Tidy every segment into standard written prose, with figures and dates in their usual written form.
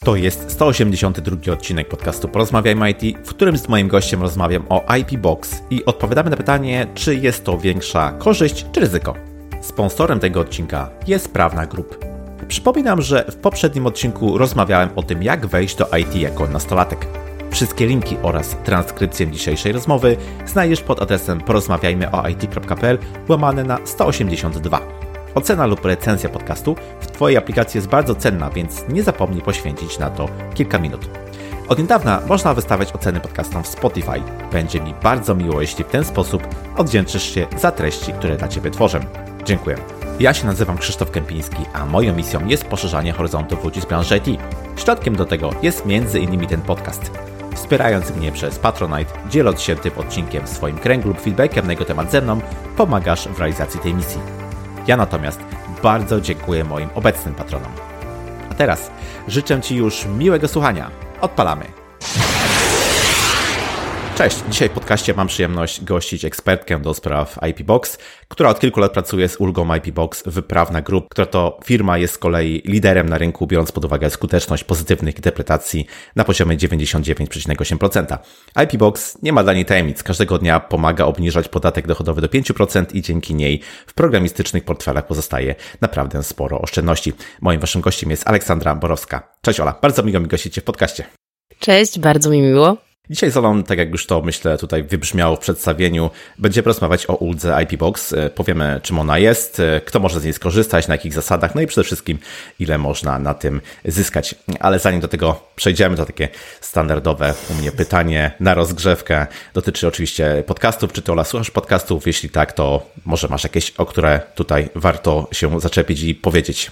To jest 182 odcinek podcastu Porozmawiajmy IT, w którym z moim gościem rozmawiam o IP Box i odpowiadamy na pytanie, czy jest to większa korzyść czy ryzyko. Sponsorem tego odcinka jest Prawna Group. Przypominam, że w poprzednim odcinku rozmawiałem o tym, jak wejść do IT jako nastolatek. Wszystkie linki oraz transkrypcję dzisiejszej rozmowy znajdziesz pod adresem porozmawiajmyoit.pl/182. Ocena lub recenzja podcastu w Twojej aplikacji jest bardzo cenna, więc nie zapomnij poświęcić na to kilka minut. Od niedawna można wystawiać oceny podcastom w Spotify. Będzie mi bardzo miło, jeśli w ten sposób odwdzięczysz się za treści, które dla Ciebie tworzę. Dziękuję. Ja się nazywam Krzysztof Kępiński, a moją misją jest poszerzanie horyzontów ludzi z branży IT. Środkiem do tego jest m.in. ten podcast. Wspierając mnie przez Patronite, dzieląc się tym odcinkiem w swoim kręgu lub feedbackiem na jego temat ze mną, pomagasz w realizacji tej misji. Ja natomiast bardzo dziękuję moim obecnym patronom. A teraz życzę Ci już miłego słuchania. Odpalamy! Cześć! Dzisiaj w podcaście mam przyjemność gościć ekspertkę do spraw IP Box, która od kilku lat pracuje z ulgą IP Box w Prawna Group, która to firma jest z kolei liderem na rynku, biorąc pod uwagę skuteczność pozytywnych interpretacji na poziomie 99,8%. IP Box nie ma dla niej tajemnic. Każdego dnia pomaga obniżać podatek dochodowy do 5% i dzięki niej w programistycznych portfelach pozostaje naprawdę sporo oszczędności. Moim waszym gościem jest Aleksandra Borowska. Cześć Ola, bardzo miło mi gościć Cię w podcaście. Cześć, bardzo mi miło. Dzisiaj z Olą, tak jak już to myślę tutaj wybrzmiało w przedstawieniu, będziemy rozmawiać o uldze IP Box. Powiemy, czym ona jest, kto może z niej skorzystać, na jakich zasadach, no i przede wszystkim ile można na tym zyskać. Ale zanim do tego przejdziemy, to takie standardowe u mnie pytanie na rozgrzewkę. Dotyczy oczywiście podcastów. Czy Ty, Ola, słuchasz podcastów? Jeśli tak, to może masz jakieś, o które tutaj warto się zaczepić i powiedzieć?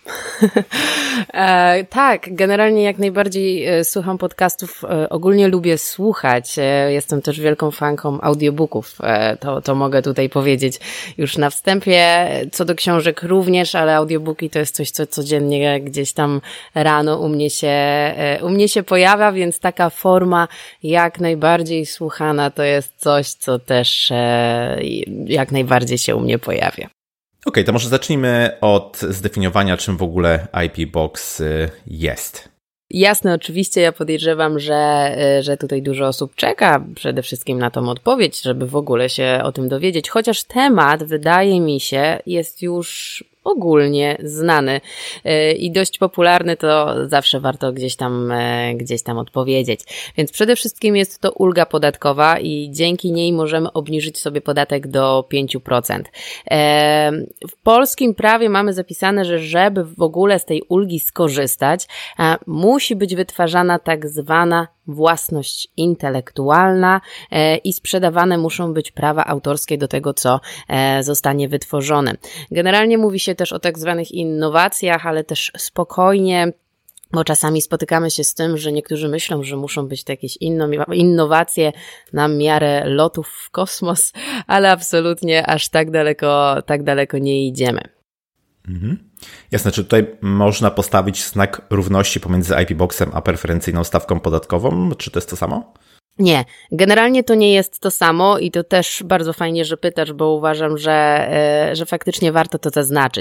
Tak, generalnie jak najbardziej słucham podcastów, ogólnie lubię słuchać, jestem też wielką fanką audiobooków, to mogę tutaj powiedzieć już na wstępie, co do książek również, ale audiobooki to jest coś, co codziennie gdzieś tam rano u mnie się pojawia, więc taka forma jak najbardziej słuchana to jest coś, co też jak najbardziej się u mnie pojawia. Okej, to może zacznijmy od zdefiniowania, czym w ogóle IP Box jest. Jasne, oczywiście ja podejrzewam, że tutaj dużo osób czeka przede wszystkim na tą odpowiedź, żeby w ogóle się o tym dowiedzieć, chociaż temat, wydaje mi się, jest już ogólnie znany i dość popularny, to zawsze warto gdzieś tam odpowiedzieć. Więc przede wszystkim jest to ulga podatkowa i dzięki niej możemy obniżyć sobie podatek do 5%. W polskim prawie mamy zapisane, że żeby w ogóle z tej ulgi skorzystać, musi być wytwarzana tak zwana własność intelektualna i sprzedawane muszą być prawa autorskie do tego, co zostanie wytworzone. Generalnie mówi się też o tak zwanych innowacjach, ale też spokojnie, bo czasami spotykamy się z tym, że niektórzy myślą, że muszą być to jakieś innowacje na miarę lotów w kosmos, ale absolutnie aż tak daleko nie idziemy. Jasne, czy tutaj można postawić znak równości pomiędzy IP Boxem a preferencyjną stawką podatkową? Czy to jest to samo? Nie, generalnie to nie jest to samo i to też bardzo fajnie, że pytasz, bo uważam, że faktycznie warto to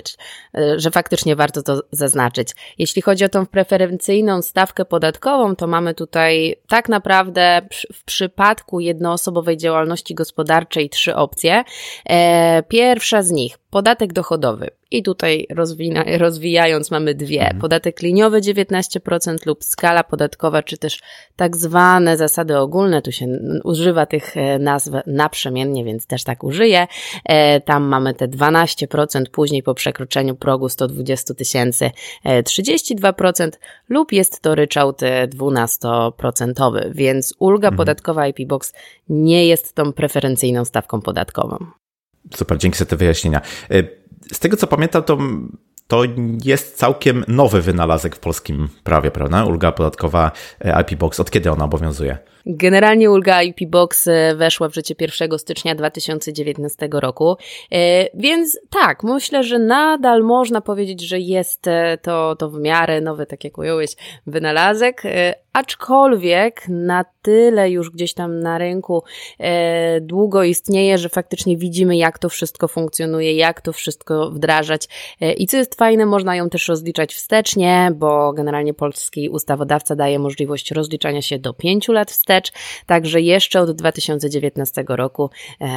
zaznaczyć. Jeśli chodzi o tą preferencyjną stawkę podatkową, to mamy tutaj tak naprawdę w przypadku jednoosobowej działalności gospodarczej 3 opcje. Pierwsza z nich, podatek dochodowy. I tutaj rozwijając mamy 2. Podatek liniowy 19% lub skala podatkowa, czy też tak zwane zasady ogólne. Tu się używa tych nazw naprzemiennie, więc też tak użyję. Tam mamy te 12%, później po przekroczeniu progu 120 000 32% lub jest to ryczałt 12%, więc ulga podatkowa IP Box nie jest tą preferencyjną stawką podatkową. Super, dzięki za te wyjaśnienia. Z tego co pamiętam, to jest całkiem nowy wynalazek w polskim prawie, prawda? Ulga podatkowa IP Box. Od kiedy ona obowiązuje? Generalnie ulga IP Box weszła w życie 1 stycznia 2019 roku, więc tak, myślę, że nadal można powiedzieć, że jest to w miarę nowy, tak jak ująłeś, wynalazek, aczkolwiek na tyle już gdzieś tam na rynku długo istnieje, że faktycznie widzimy, jak to wszystko funkcjonuje, jak to wszystko wdrażać i co jest fajne, można ją też rozliczać wstecznie, bo generalnie polski ustawodawca daje możliwość rozliczania się do 5 lat wstecz, także jeszcze od 2019 roku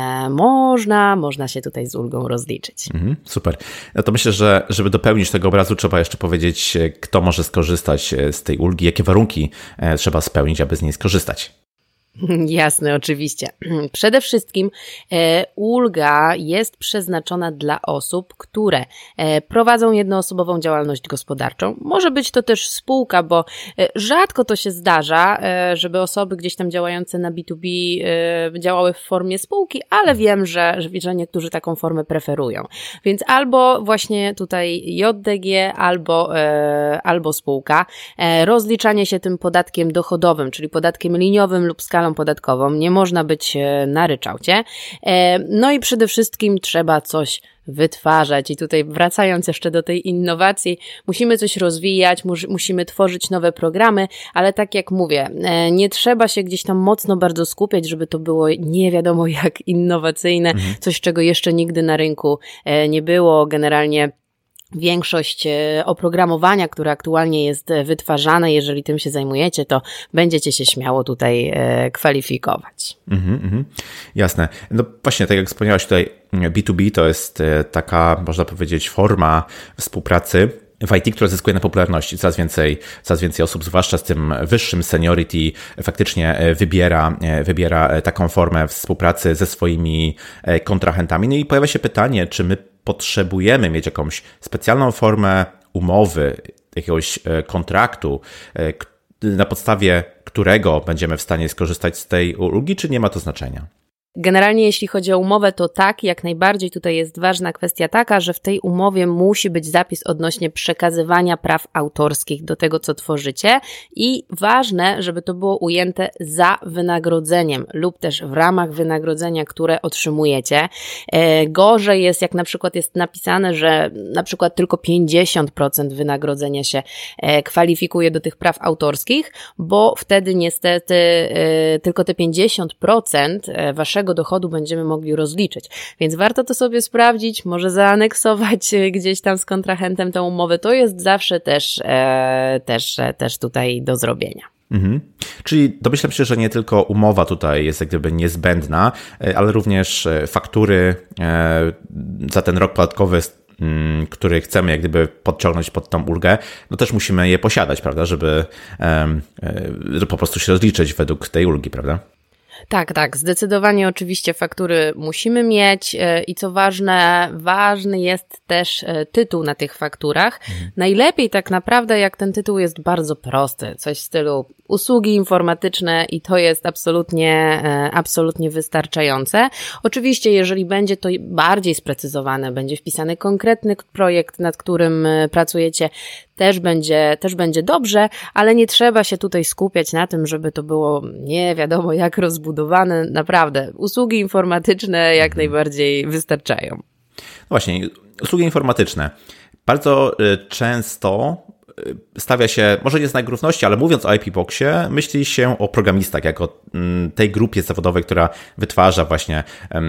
można się tutaj z ulgą rozliczyć. Super. No to myślę, że żeby dopełnić tego obrazu, trzeba jeszcze powiedzieć, kto może skorzystać z tej ulgi, jakie warunki trzeba spełnić, aby z niej skorzystać. Jasne, oczywiście. Przede wszystkim ulga jest przeznaczona dla osób, które prowadzą jednoosobową działalność gospodarczą. Może być to też spółka, bo rzadko to się zdarza, żeby osoby gdzieś tam działające na B2B działały w formie spółki, ale wiem, że niektórzy taką formę preferują. Więc albo właśnie tutaj JDG, albo spółka. Rozliczanie się tym podatkiem dochodowym, czyli podatkiem liniowym lub skalą podatkową. Nie można być na ryczałcie. No i przede wszystkim trzeba coś wytwarzać i tutaj wracając jeszcze do tej innowacji, musimy coś rozwijać, musimy tworzyć nowe programy, ale tak jak mówię, nie trzeba się gdzieś tam mocno bardzo skupiać, żeby to było nie wiadomo jak innowacyjne, coś czego jeszcze nigdy na rynku nie było. Generalnie większość oprogramowania, które aktualnie jest wytwarzane, jeżeli tym się zajmujecie, to będziecie się śmiało tutaj kwalifikować. Jasne. No właśnie, tak jak wspomniałaś tutaj, B2B to jest taka, można powiedzieć, forma współpracy w IT, która zyskuje na popularności. Coraz więcej osób, zwłaszcza z tym wyższym seniority, faktycznie wybiera taką formę współpracy ze swoimi kontrahentami. No i pojawia się pytanie, czy my potrzebujemy mieć jakąś specjalną formę umowy, jakiegoś kontraktu, na podstawie którego będziemy w stanie skorzystać z tej ulgi, czy nie ma to znaczenia? Generalnie jeśli chodzi o umowę, to tak, jak najbardziej tutaj jest ważna kwestia taka, że w tej umowie musi być zapis odnośnie przekazywania praw autorskich do tego, co tworzycie i ważne, żeby to było ujęte za wynagrodzeniem lub też w ramach wynagrodzenia, które otrzymujecie. Gorzej jest, jak na przykład jest napisane, że na przykład tylko 50% wynagrodzenia się kwalifikuje do tych praw autorskich, bo wtedy niestety tylko te 50% waszego dochodu będziemy mogli rozliczyć. Więc warto to sobie sprawdzić, może zaaneksować gdzieś tam z kontrahentem tę umowę. To jest zawsze też tutaj do zrobienia. Czyli domyślam się, że nie tylko umowa tutaj jest jak gdyby niezbędna, ale również faktury za ten rok podatkowy, który chcemy jak gdyby podciągnąć pod tą ulgę, no też musimy je posiadać, prawda, żeby po prostu się rozliczyć według tej ulgi, prawda? Tak, zdecydowanie oczywiście faktury musimy mieć i co ważny jest też tytuł na tych fakturach. Najlepiej tak naprawdę jak ten tytuł jest bardzo prosty, coś w stylu usługi informatyczne i to jest absolutnie wystarczające. Oczywiście jeżeli będzie to bardziej sprecyzowane, będzie wpisany konkretny projekt, nad którym pracujecie, też będzie dobrze, ale nie trzeba się tutaj skupiać na tym, żeby to było nie wiadomo jak rozbudowane. Naprawdę, usługi informatyczne jak najbardziej wystarczają. No właśnie, usługi informatyczne. Bardzo często stawia się, może nie znak równości, ale mówiąc o IP Boxie, myśli się o programistach jako tej grupie zawodowej, która wytwarza właśnie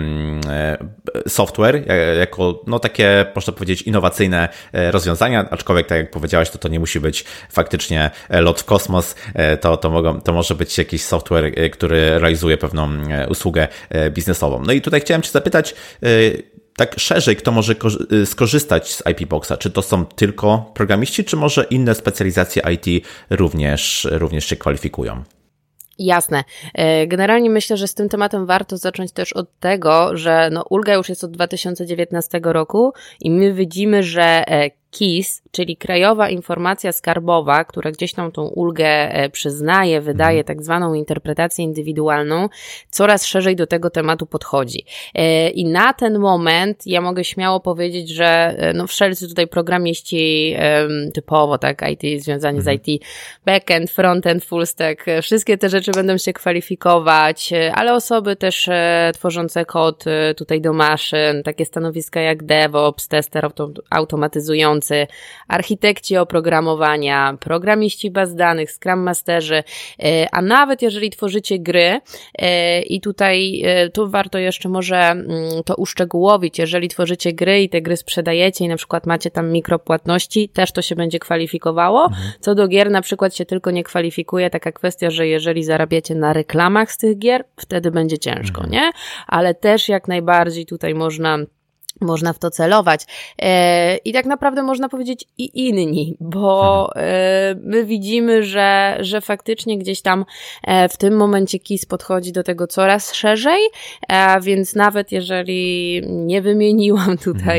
software, jako no takie, można powiedzieć, innowacyjne rozwiązania, aczkolwiek tak jak powiedziałaś, to nie musi być faktycznie lot w kosmos, to może być jakiś software, który realizuje pewną usługę biznesową. No i tutaj chciałem Cię zapytać, tak szerzej, kto może skorzystać z IP Boxa? Czy to są tylko programiści, czy może inne specjalizacje IT również się kwalifikują? Jasne. Generalnie myślę, że z tym tematem warto zacząć też od tego, że ulga już jest od 2019 roku i my widzimy, że KIS, czyli Krajowa Informacja Skarbowa, która gdzieś tam tą ulgę przyznaje, wydaje tak zwaną interpretację indywidualną, coraz szerzej do tego tematu podchodzi. I na ten moment ja mogę śmiało powiedzieć, że no wszelcy tutaj programiści typowo, tak, IT, związani z IT, backend, frontend, full stack, wszystkie te rzeczy będą się kwalifikować, ale osoby też tworzące kod tutaj do maszyn, takie stanowiska jak DevOps, tester automatyzujący, architekci oprogramowania, programiści baz danych, Scrum Masterzy, a nawet jeżeli tworzycie gry i tutaj tu warto jeszcze może to uszczegółowić, jeżeli tworzycie gry i te gry sprzedajecie i na przykład macie tam mikropłatności, też to się będzie kwalifikowało. Co do gier na przykład się tylko nie kwalifikuje taka kwestia, że jeżeli zarabiacie na reklamach z tych gier, wtedy będzie ciężko, nie? Ale też jak najbardziej tutaj można w to celować. I tak naprawdę można powiedzieć i inni, bo my widzimy, że faktycznie gdzieś tam w tym momencie KIS podchodzi do tego coraz szerzej, więc nawet jeżeli nie wymieniłam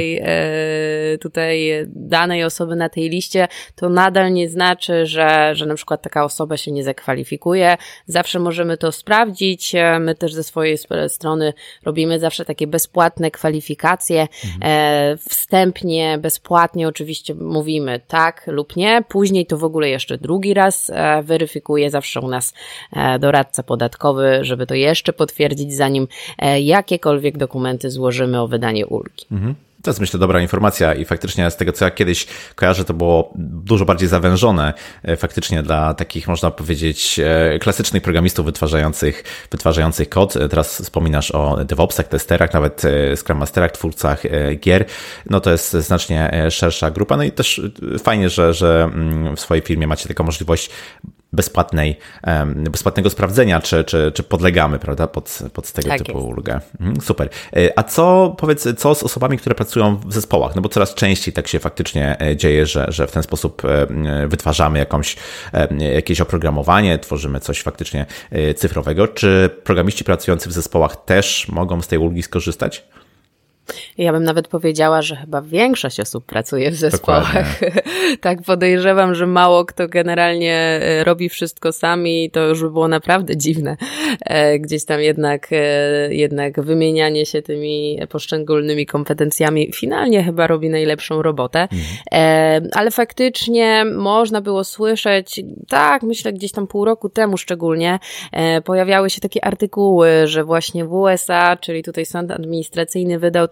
tutaj danej osoby na tej liście, to nadal nie znaczy, że na przykład taka osoba się nie zakwalifikuje. Zawsze możemy to sprawdzić. My też ze swojej strony robimy zawsze takie bezpłatne kwalifikacje. Wstępnie, bezpłatnie oczywiście mówimy tak lub nie, później to w ogóle jeszcze drugi raz weryfikuje zawsze u nas doradca podatkowy, żeby to jeszcze potwierdzić, zanim jakiekolwiek dokumenty złożymy o wydanie ulgi. To jest, myślę, dobra informacja i faktycznie z tego, co ja kiedyś kojarzę, to było dużo bardziej zawężone faktycznie dla takich, można powiedzieć, klasycznych programistów wytwarzających kod. Teraz wspominasz o DevOpsach, testerach, nawet Scrum Masterach, twórcach gier. No to jest znacznie szersza grupa. No i też fajnie, że w swojej firmie macie taką możliwość bezpłatnego sprawdzenia, czy podlegamy, prawda, pod tego tak typu jest. ulgę. Super. A co z osobami, które pracują w zespołach? No bo coraz częściej tak się faktycznie dzieje, że w ten sposób wytwarzamy jakieś oprogramowanie, tworzymy coś faktycznie cyfrowego. Czy programiści pracujący w zespołach też mogą z tej ulgi skorzystać? Ja bym nawet powiedziała, że chyba większość osób pracuje w zespołach. Tak podejrzewam, że mało kto generalnie robi wszystko sami, to już by było naprawdę dziwne. Gdzieś tam jednak wymienianie się tymi poszczególnymi kompetencjami finalnie chyba robi najlepszą robotę. Ale faktycznie można było słyszeć, tak, myślę gdzieś tam pół roku temu szczególnie, pojawiały się takie artykuły, że właśnie w USA, czyli tutaj sąd administracyjny wydał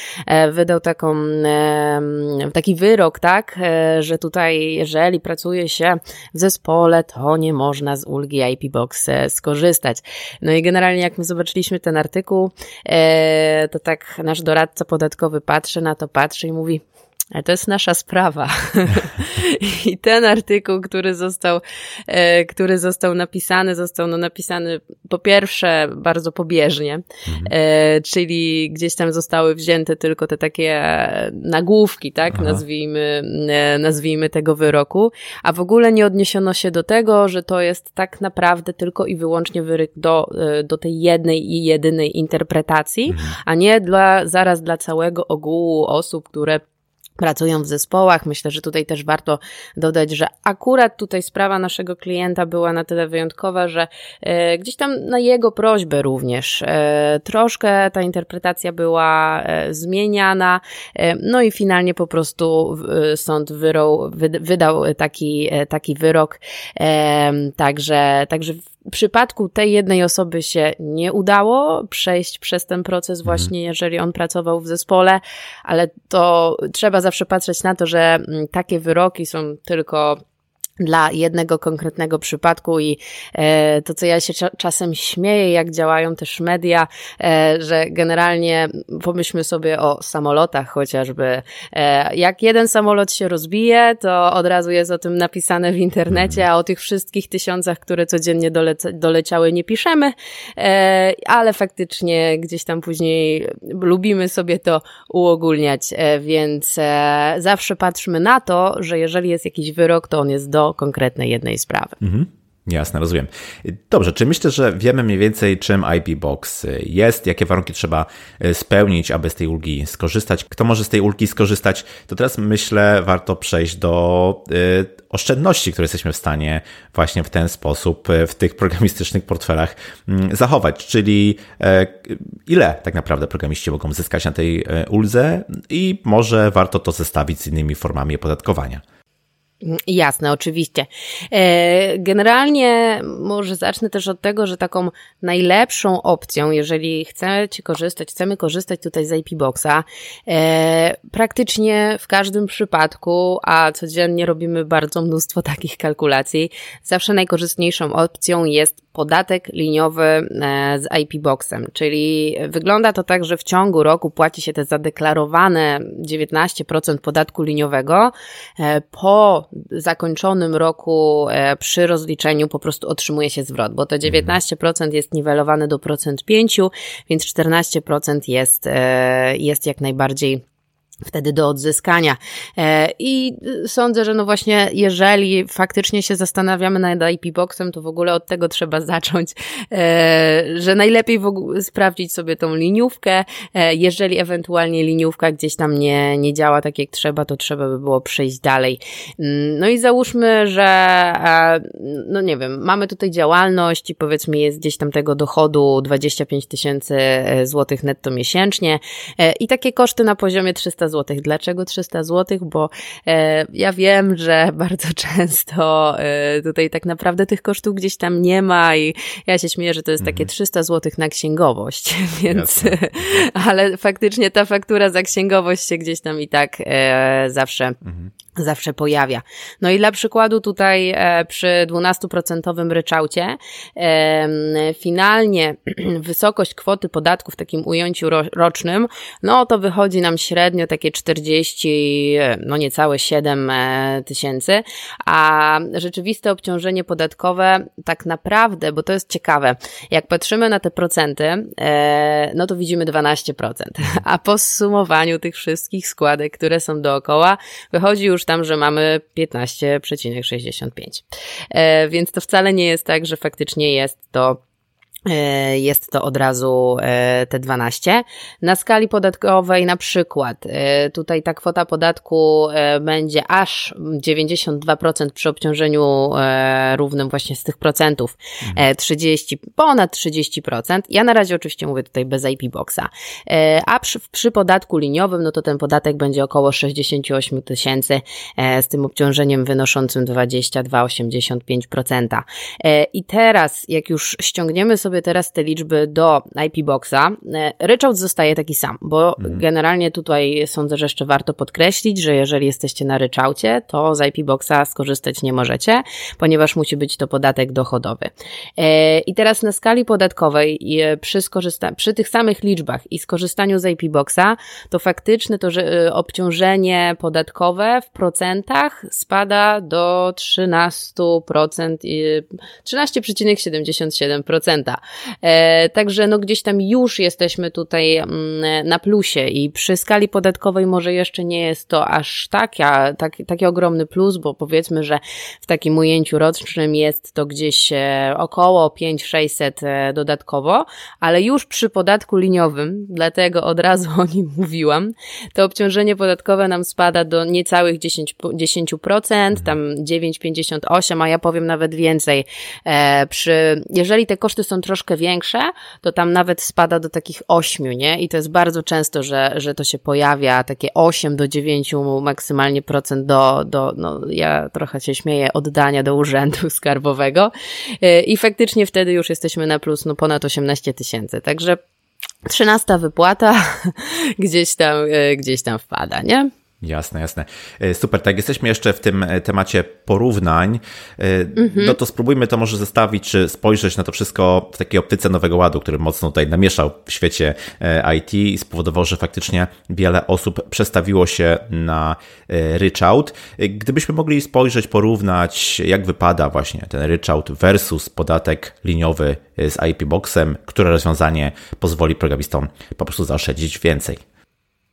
taki wyrok, tak, że tutaj jeżeli pracuje się w zespole, to nie można z ulgi IP Box skorzystać. No i generalnie jak my zobaczyliśmy ten artykuł, to tak nasz doradca podatkowy patrzy i mówi: ale to jest nasza sprawa. I ten artykuł, który został napisany po pierwsze bardzo pobieżnie, czyli gdzieś tam zostały wzięte tylko te takie nagłówki, tak, nazwijmy tego wyroku, a w ogóle nie odniesiono się do tego, że to jest tak naprawdę tylko i wyłącznie wyrok do tej jednej i jedynej interpretacji, a nie zaraz dla całego ogółu osób, które pracują w zespołach. Myślę, że tutaj też warto dodać, że akurat tutaj sprawa naszego klienta była na tyle wyjątkowa, że gdzieś tam na jego prośbę również troszkę ta interpretacja była zmieniana, no i finalnie po prostu sąd wydał taki wyrok, także w przypadku tej jednej osoby się nie udało przejść przez ten proces właśnie, jeżeli on pracował w zespole, ale to trzeba zawsze patrzeć na to, że takie wyroki są tylko dla jednego konkretnego przypadku i to, co ja się czasem śmieję, jak działają też media, że generalnie pomyślmy sobie o samolotach chociażby. Jak jeden samolot się rozbije, to od razu jest o tym napisane w internecie, a o tych wszystkich tysiącach, które codziennie doleciały, nie piszemy, ale faktycznie gdzieś tam później lubimy sobie to uogólniać, więc zawsze patrzmy na to, że jeżeli jest jakiś wyrok, to on jest do konkretnej jednej sprawy. Jasne, rozumiem. Dobrze, czy myślę, że wiemy mniej więcej, czym IP Box jest, jakie warunki trzeba spełnić, aby z tej ulgi skorzystać, kto może z tej ulgi skorzystać, to teraz myślę, warto przejść do oszczędności, które jesteśmy w stanie właśnie w ten sposób w tych programistycznych portfelach zachować, czyli ile tak naprawdę programiści mogą zyskać na tej uldze i może warto to zestawić z innymi formami opodatkowania. Jasne, oczywiście. Generalnie może zacznę też od tego, że taką najlepszą opcją, jeżeli chcemy korzystać tutaj z IP Boxa, praktycznie w każdym przypadku, a codziennie robimy bardzo mnóstwo takich kalkulacji, zawsze najkorzystniejszą opcją jest podatek liniowy z IP Boxem, czyli wygląda to tak, że w ciągu roku płaci się te zadeklarowane 19% podatku liniowego, po zakończonym roku przy rozliczeniu po prostu otrzymuje się zwrot, bo to 19% jest niwelowane do 5%, więc 14% jest jak najbardziej wtedy do odzyskania. I sądzę, że no właśnie, jeżeli faktycznie się zastanawiamy nad IP Boxem, to w ogóle od tego trzeba zacząć, że najlepiej w ogóle sprawdzić sobie tą liniówkę. Jeżeli ewentualnie liniówka gdzieś tam nie działa tak jak trzeba, to trzeba by było przejść dalej. No i załóżmy, że no nie wiem, mamy tutaj działalność i powiedzmy jest gdzieś tam tego dochodu 25 000 złotych netto miesięcznie i takie koszty na poziomie 300 zł. Dlaczego 300 zł? Bo ja wiem, że bardzo często tutaj tak naprawdę tych kosztów gdzieś tam nie ma i ja się śmieję, że to jest takie 300 zł na księgowość, więc ale faktycznie ta faktura za księgowość się gdzieś tam i tak zawsze pojawia. No i dla przykładu tutaj przy 12% ryczałcie finalnie wysokość kwoty podatku w takim ujęciu rocznym, no to wychodzi nam średnio takie 40, no niecałe 7 tysięcy, a rzeczywiste obciążenie podatkowe tak naprawdę, bo to jest ciekawe, jak patrzymy na te procenty, no to widzimy 12%, a po zsumowaniu tych wszystkich składek, które są dookoła, wychodzi już tam, że mamy 15,65. Więc to wcale nie jest tak, że faktycznie jest to od razu te 12. Na skali podatkowej na przykład tutaj ta kwota podatku będzie aż 92% przy obciążeniu równym właśnie z tych procentów, ponad 30%. Ja na razie oczywiście mówię tutaj bez IP Boxa. A przy podatku liniowym, no to ten podatek będzie około 68 000 z tym obciążeniem wynoszącym 22,85%. I teraz, jak już ściągniemy sobie teraz te liczby do IP Boxa, ryczałt zostaje taki sam, bo generalnie tutaj sądzę, że jeszcze warto podkreślić, że jeżeli jesteście na ryczałcie, to z IP Boxa skorzystać nie możecie, ponieważ musi być to podatek dochodowy. I teraz na skali podatkowej przy tych samych liczbach i skorzystaniu z IP Boxa, to faktyczne to, że obciążenie podatkowe w procentach spada do 13%, 13,77%. Także no gdzieś tam już jesteśmy tutaj na plusie i przy skali podatkowej może jeszcze nie jest to aż taki ogromny plus, bo powiedzmy, że w takim ujęciu rocznym jest to gdzieś około 500-600 dodatkowo, ale już przy podatku liniowym, dlatego od razu o nim mówiłam, to obciążenie podatkowe nam spada do niecałych 10%, tam 9,58, a ja powiem nawet więcej. Jeżeli te koszty są troszkę większe, to tam nawet spada do takich 8, nie? I to jest bardzo często, że to się pojawia, takie 8 do 9 maksymalnie procent no ja trochę się śmieję, oddania do urzędu skarbowego i faktycznie wtedy już jesteśmy na plus, no ponad 18 000. Także 13 wypłata gdzieś tam wpada, nie? Jasne. Super, tak jesteśmy jeszcze w tym temacie porównań, no to spróbujmy to może zestawić, czy spojrzeć na to wszystko w takiej optyce Nowego Ładu, który mocno tutaj namieszał w świecie IT i spowodował, że faktycznie wiele osób przestawiło się na ryczałt. Gdybyśmy mogli spojrzeć, porównać, jak wypada właśnie ten ryczałt versus podatek liniowy z IP Boxem, które rozwiązanie pozwoli programistom po prostu zaoszczędzić więcej?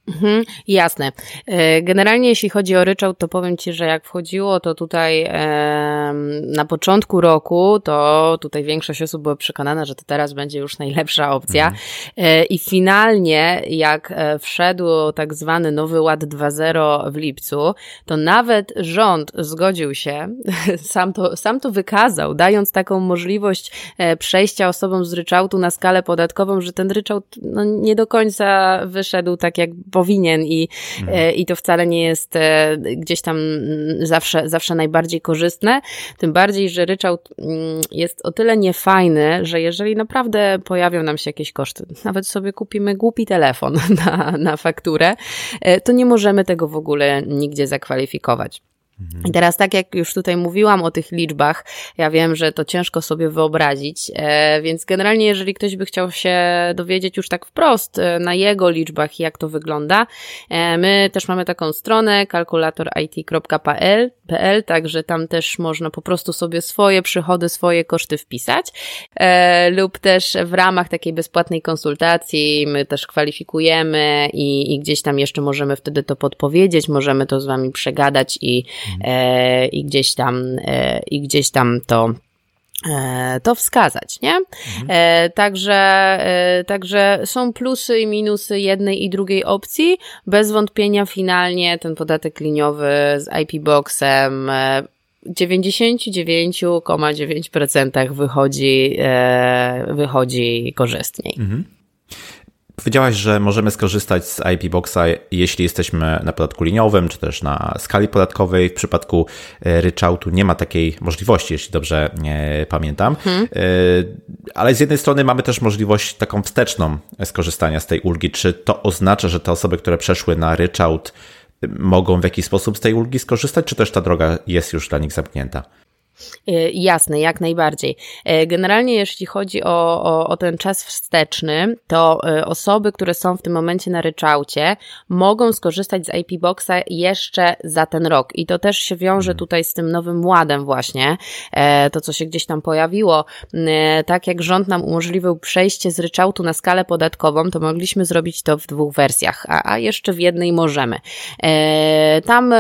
Jasne. Generalnie jeśli chodzi o ryczałt, to powiem Ci, że jak wchodziło to tutaj na początku roku, to tutaj większość osób była przekonana, że to teraz będzie już najlepsza opcja i finalnie jak wszedł tak zwany Nowy Ład 2.0 w lipcu, to nawet rząd zgodził się, sam to wykazał, dając taką możliwość przejścia osobom z ryczałtu na skalę podatkową, że ten ryczałt nie do końca wyszedł tak jak powinien i to wcale nie jest gdzieś tam zawsze najbardziej korzystne, tym bardziej, że ryczałt jest o tyle niefajny, że jeżeli naprawdę pojawią nam się jakieś koszty, nawet sobie kupimy głupi telefon na fakturę, to nie możemy tego w ogóle nigdzie zakwalifikować. I teraz tak jak już tutaj mówiłam o tych liczbach, ja wiem, że to ciężko sobie wyobrazić, więc generalnie jeżeli ktoś by chciał się dowiedzieć już tak wprost na jego liczbach jak to wygląda, my też mamy taką stronę kalkulatorit.pl, także tam też można po prostu sobie swoje przychody, swoje koszty wpisać lub też w ramach takiej bezpłatnej konsultacji my też kwalifikujemy i gdzieś tam jeszcze możemy wtedy to podpowiedzieć, możemy to z Wami przegadać i gdzieś tam to wskazać, nie? Także są plusy i minusy jednej i drugiej opcji. Bez wątpienia finalnie ten podatek liniowy z IP Boxem 99,9% wychodzi korzystniej. Powiedziałaś, że możemy skorzystać z IP Boxa, jeśli jesteśmy na podatku liniowym, czy też na skali podatkowej. W przypadku ryczałtu nie ma takiej możliwości, jeśli dobrze pamiętam. Ale z jednej strony mamy też możliwość taką wsteczną skorzystania z tej ulgi. Czy to oznacza, że te osoby, które przeszły na ryczałt, mogą w jakiś sposób z tej ulgi skorzystać, czy też ta droga jest już dla nich zamknięta? Jasne, jak najbardziej. Generalnie jeśli chodzi o ten czas wsteczny, to osoby, które są w tym momencie na ryczałcie, mogą skorzystać z IP Boxa jeszcze za ten rok i to też się wiąże tutaj z tym nowym ładem właśnie, to co się gdzieś tam pojawiło. Tak jak rząd nam umożliwił przejście z ryczałtu na skalę podatkową, to mogliśmy zrobić to w 2 wersjach, a jeszcze w jednej możemy. Tam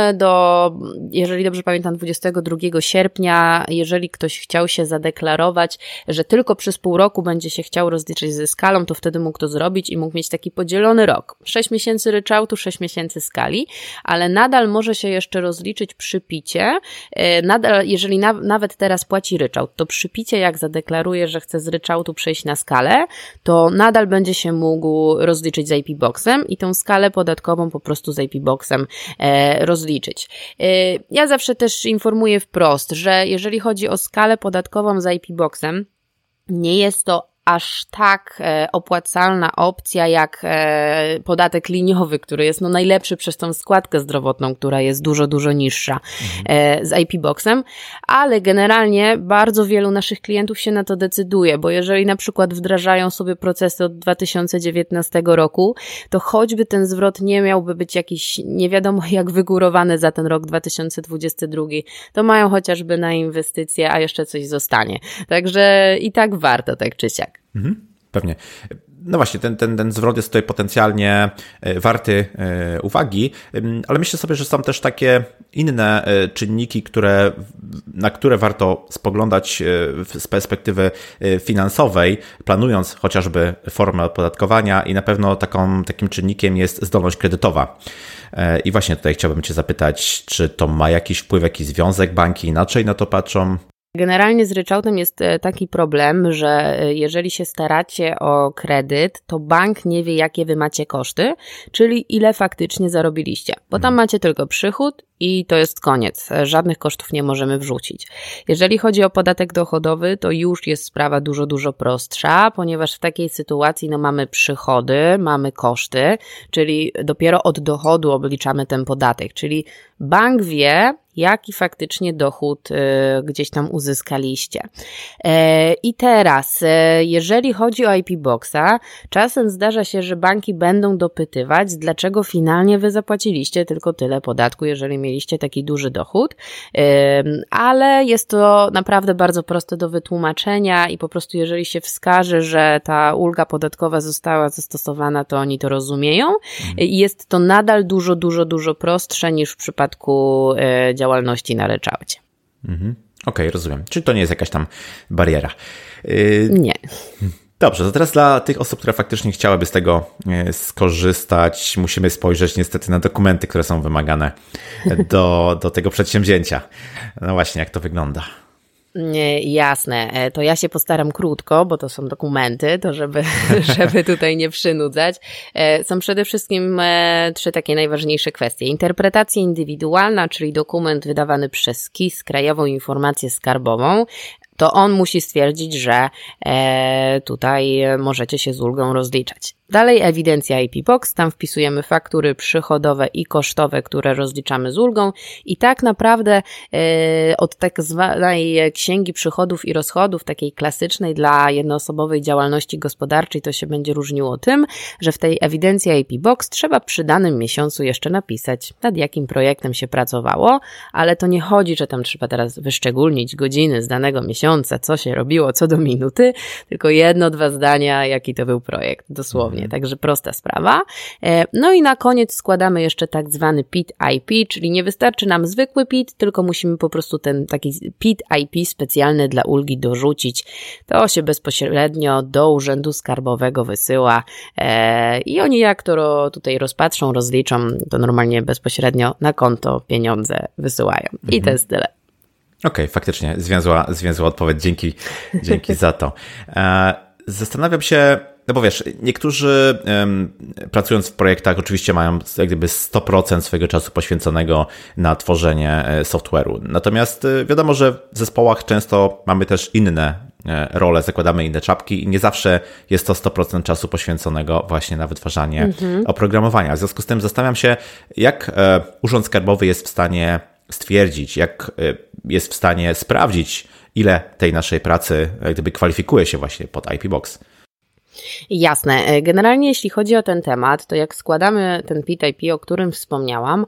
jeżeli dobrze pamiętam, 22 sierpnia, jeżeli ktoś chciał się zadeklarować, że tylko przez pół roku będzie się chciał rozliczyć ze skalą, to wtedy mógł to zrobić i mógł mieć taki podzielony rok. 6 miesięcy ryczałtu, 6 miesięcy skali, ale nadal może się jeszcze rozliczyć przy picie. Nadal, jeżeli nawet teraz płaci ryczałt, to przy picie jak zadeklaruje, że chce z ryczałtu przejść na skalę, to nadal będzie się mógł rozliczyć z IP Boxem i tą skalę podatkową po prostu z IP Boxem rozliczyć. Ja zawsze też informuję wprost, że jeżeli chodzi o skalę podatkową z IP Boxem, nie jest to aż tak opłacalna opcja jak podatek liniowy, który jest najlepszy przez tą składkę zdrowotną, która jest dużo, dużo niższa z IP Boxem, ale generalnie bardzo wielu naszych klientów się na to decyduje, bo jeżeli na przykład wdrażają sobie procesy od 2019 roku, to choćby ten zwrot nie miałby być jakiś nie wiadomo jak wygórowany za ten rok 2022, to mają chociażby na inwestycje, a jeszcze coś zostanie. Także i tak warto, tak czy siak. Pewnie. No właśnie, ten zwrot jest tutaj potencjalnie warty uwagi, ale myślę sobie, że są też takie inne czynniki, na które warto spoglądać z perspektywy finansowej, planując chociażby formę opodatkowania i na pewno takim czynnikiem jest zdolność kredytowa. I właśnie tutaj chciałbym Cię zapytać, czy to ma jakiś wpływ, jakiś związek, banki inaczej na to patrzą? Generalnie z ryczałtem jest taki problem, że jeżeli się staracie o kredyt, to bank nie wie, jakie wy macie koszty, czyli ile faktycznie zarobiliście, bo tam macie tylko przychód i to jest koniec. Żadnych kosztów nie możemy wrzucić. Jeżeli chodzi o podatek dochodowy, to już jest sprawa dużo, dużo prostsza, ponieważ w takiej sytuacji mamy przychody, mamy koszty, czyli dopiero od dochodu obliczamy ten podatek, czyli bank wie, jaki faktycznie dochód gdzieś tam uzyskaliście. I teraz, jeżeli chodzi o IP Boxa, czasem zdarza się, że banki będą dopytywać, dlaczego finalnie wy zapłaciliście tylko tyle podatku, jeżeli mieliście taki duży dochód, ale jest to naprawdę bardzo proste do wytłumaczenia i po prostu jeżeli się wskaże, że ta ulga podatkowa została zastosowana, to oni to rozumieją i jest to nadal dużo prostsze niż w przypadku działalności na ryczałcie. Okej, rozumiem. Czyli to nie jest jakaś tam bariera. Nie. Dobrze, to teraz dla tych osób, które faktycznie chciałyby z tego skorzystać, musimy spojrzeć niestety na dokumenty, które są wymagane do tego przedsięwzięcia. No właśnie, jak to wygląda? Jasne, to ja się postaram krótko, bo to są dokumenty, to żeby tutaj nie przynudzać. Są przede wszystkim 3 takie najważniejsze kwestie. Interpretacja indywidualna, czyli dokument wydawany przez KIS, Krajową Informację Skarbową. To on musi stwierdzić, że tutaj możecie się z ulgą rozliczać. Dalej ewidencja IP Box, tam wpisujemy faktury przychodowe i kosztowe, które rozliczamy z ulgą i tak naprawdę od tak zwanej księgi przychodów i rozchodów, takiej klasycznej dla jednoosobowej działalności gospodarczej, to się będzie różniło tym, że w tej ewidencji IP Box trzeba przy danym miesiącu jeszcze napisać, nad jakim projektem się pracowało, ale to nie chodzi, że tam trzeba teraz wyszczególnić godziny z danego miesiąca, co się robiło co do minuty, tylko 1-2 zdania, jaki to był projekt, dosłownie. Także prosta sprawa. No i na koniec składamy jeszcze tak zwany PIT-IP, czyli nie wystarczy nam zwykły PIT, tylko musimy po prostu ten taki PIT-IP specjalny dla ulgi dorzucić. To się bezpośrednio do Urzędu Skarbowego wysyła i oni jak to tutaj rozpatrzą, rozliczą, to normalnie bezpośrednio na konto pieniądze wysyłają. I to jest tyle. Okej, faktycznie zwięzła odpowiedź. Dzięki za to. Zastanawiam się, no bo wiesz, niektórzy pracując w projektach oczywiście mają jak gdyby 100% swojego czasu poświęconego na tworzenie software'u. Natomiast wiadomo, że w zespołach często mamy też inne role, zakładamy inne czapki i nie zawsze jest to 100% czasu poświęconego właśnie na wytwarzanie oprogramowania. W związku z tym zastanawiam się, jak Urząd Skarbowy jest w stanie stwierdzić, jak jest w stanie sprawdzić, ile tej naszej pracy jak gdyby kwalifikuje się właśnie pod IP Box. Jasne. Generalnie jeśli chodzi o ten temat, to jak składamy ten PIT-IP, o którym wspomniałam,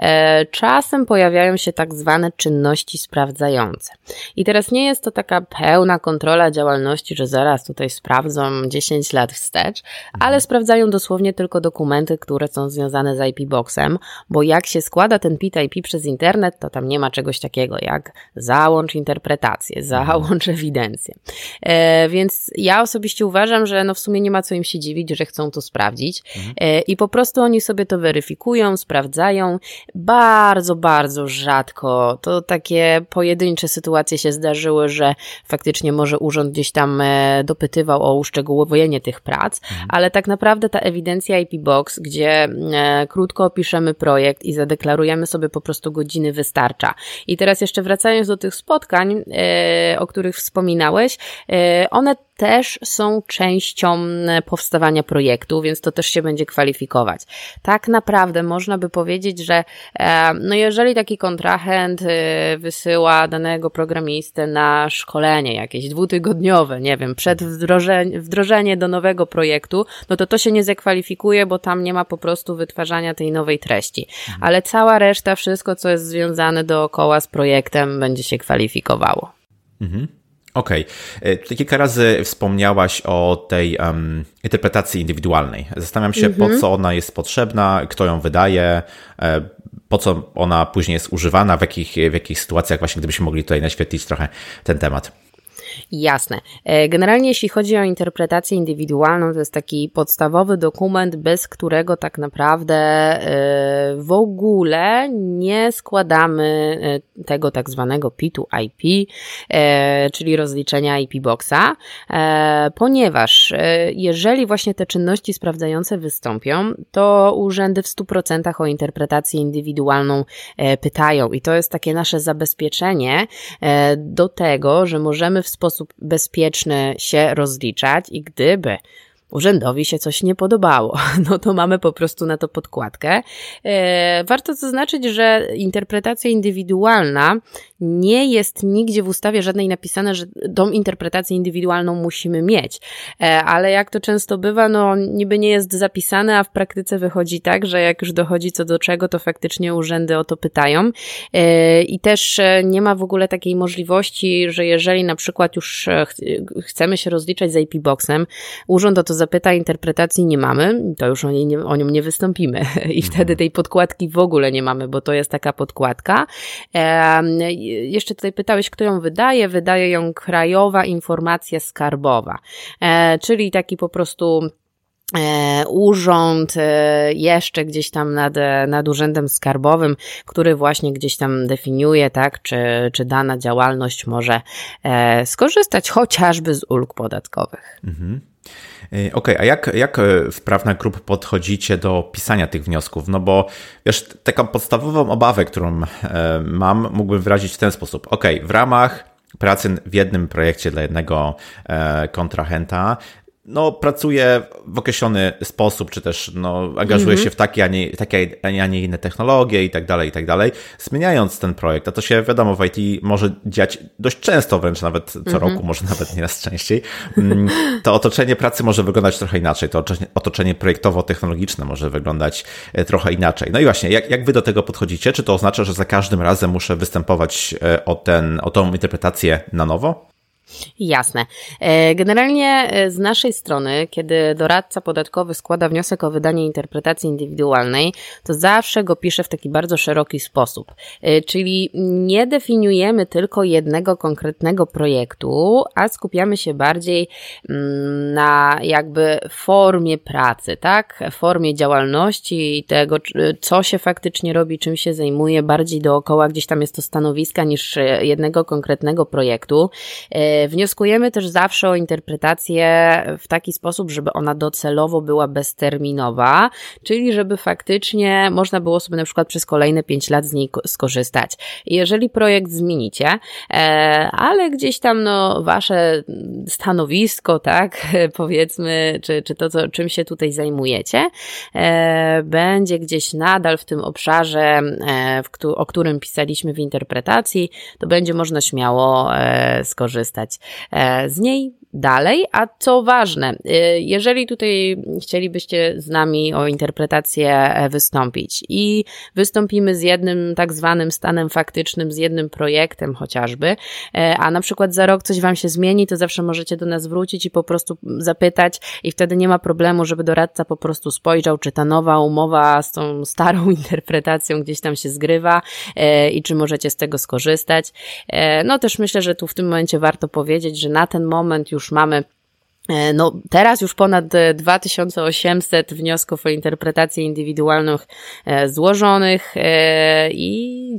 czasem pojawiają się tak zwane czynności sprawdzające. I teraz nie jest to taka pełna kontrola działalności, że zaraz tutaj sprawdzą 10 lat wstecz, ale sprawdzają dosłownie tylko dokumenty, które są związane z IP Boxem, bo jak się składa ten PIT-IP przez internet, to tam nie ma czegoś takiego jak załącz interpretację, załącz ewidencję. Więc ja osobiście uważam, że w sumie nie ma co im się dziwić, że chcą to sprawdzić i po prostu oni sobie to weryfikują, sprawdzają. Bardzo, bardzo rzadko to takie pojedyncze sytuacje się zdarzyły, że faktycznie może urząd gdzieś tam dopytywał o uszczegółowienie tych prac, ale tak naprawdę ta ewidencja IP Box, gdzie krótko opiszemy projekt i zadeklarujemy sobie po prostu godziny wystarcza. I teraz jeszcze wracając do tych spotkań, o których wspominałeś, one też są częścią powstawania projektu, więc to też się będzie kwalifikować. Tak naprawdę można by powiedzieć, że jeżeli taki kontrahent wysyła danego programistę na szkolenie jakieś 2-tygodniowe, nie wiem, przed wdrożenie do nowego projektu, no to się nie zakwalifikuje, bo tam nie ma po prostu wytwarzania tej nowej treści. Ale cała reszta, wszystko co jest związane dookoła z projektem będzie się kwalifikowało. Okej. Tutaj kilka razy wspomniałaś o tej interpretacji indywidualnej. Zastanawiam się, po co ona jest potrzebna, kto ją wydaje, po co ona później jest używana, w jakich sytuacjach właśnie, gdybyśmy mogli tutaj naświetlić trochę ten temat. Jasne. Generalnie jeśli chodzi o interpretację indywidualną, to jest taki podstawowy dokument, bez którego tak naprawdę w ogóle nie składamy tego tak zwanego PIT-IP, czyli rozliczenia IP Boxa, ponieważ jeżeli właśnie te czynności sprawdzające wystąpią, to urzędy w 100% o interpretację indywidualną pytają i to jest takie nasze zabezpieczenie do tego, że możemy w sposób bezpieczny się rozliczać i gdyby urzędowi się coś nie podobało, no to mamy po prostu na to podkładkę. Warto zaznaczyć, że interpretacja indywidualna nie jest nigdzie w ustawie żadnej napisane, że tą interpretację indywidualną musimy mieć, ale jak to często bywa, no niby nie jest zapisane, a w praktyce wychodzi tak, że jak już dochodzi co do czego, to faktycznie urzędy o to pytają i też nie ma w ogóle takiej możliwości, że jeżeli na przykład już chcemy się rozliczać z IP Boxem, urząd o to zapyta, interpretacji nie mamy, to już o nią nie wystąpimy i wtedy tej podkładki w ogóle nie mamy, bo to jest taka podkładka. Jeszcze tutaj pytałeś, kto ją wydaje? Wydaje ją Krajowa Informacja Skarbowa, czyli taki po prostu urząd jeszcze gdzieś tam nad Urzędem Skarbowym, który właśnie gdzieś tam definiuje, tak, czy dana działalność może skorzystać chociażby z ulg podatkowych. Okej, a jak w Prawna Group podchodzicie do pisania tych wniosków? No bo wiesz, taką podstawową obawę, którą mam, mógłbym wyrazić w ten sposób. W ramach pracy w jednym projekcie dla jednego kontrahenta, no pracuje w określony sposób, czy też angażuje się w takie, a nie inne technologie i tak dalej, zmieniając ten projekt, a to się wiadomo w IT może dziać dość często, wręcz nawet co roku, może nawet nieraz częściej, to otoczenie pracy może wyglądać trochę inaczej, to otoczenie projektowo-technologiczne może wyglądać trochę inaczej. No i właśnie, jak wy do tego podchodzicie? Czy to oznacza, że za każdym razem muszę występować o tą interpretację na nowo? Jasne. Generalnie z naszej strony, kiedy doradca podatkowy składa wniosek o wydanie interpretacji indywidualnej, to zawsze go pisze w taki bardzo szeroki sposób. Czyli nie definiujemy tylko jednego konkretnego projektu, a skupiamy się bardziej na jakby formie pracy, tak? Formie działalności i tego, co się faktycznie robi, czym się zajmuje, bardziej dookoła gdzieś tam jest to stanowiska niż jednego konkretnego projektu. Wnioskujemy też zawsze o interpretację w taki sposób, żeby ona docelowo była bezterminowa, czyli żeby faktycznie można było sobie na przykład przez kolejne 5 lat z niej skorzystać. Jeżeli projekt zmienicie, ale gdzieś tam wasze stanowisko, tak, powiedzmy, czy to, czym się tutaj zajmujecie, będzie gdzieś nadal w tym obszarze, o którym pisaliśmy w interpretacji, to będzie można śmiało skorzystać z niej dalej. A co ważne, jeżeli tutaj chcielibyście z nami o interpretację wystąpić i wystąpimy z jednym tak zwanym stanem faktycznym, z jednym projektem chociażby, a na przykład za rok coś wam się zmieni, to zawsze możecie do nas wrócić i po prostu zapytać i wtedy nie ma problemu, żeby doradca po prostu spojrzał, czy ta nowa umowa z tą starą interpretacją gdzieś tam się zgrywa i czy możecie z tego skorzystać. No też myślę, że tu w tym momencie warto powiedzieć, że na ten moment już mamy teraz już ponad 2800 wniosków o interpretację indywidualną złożonych i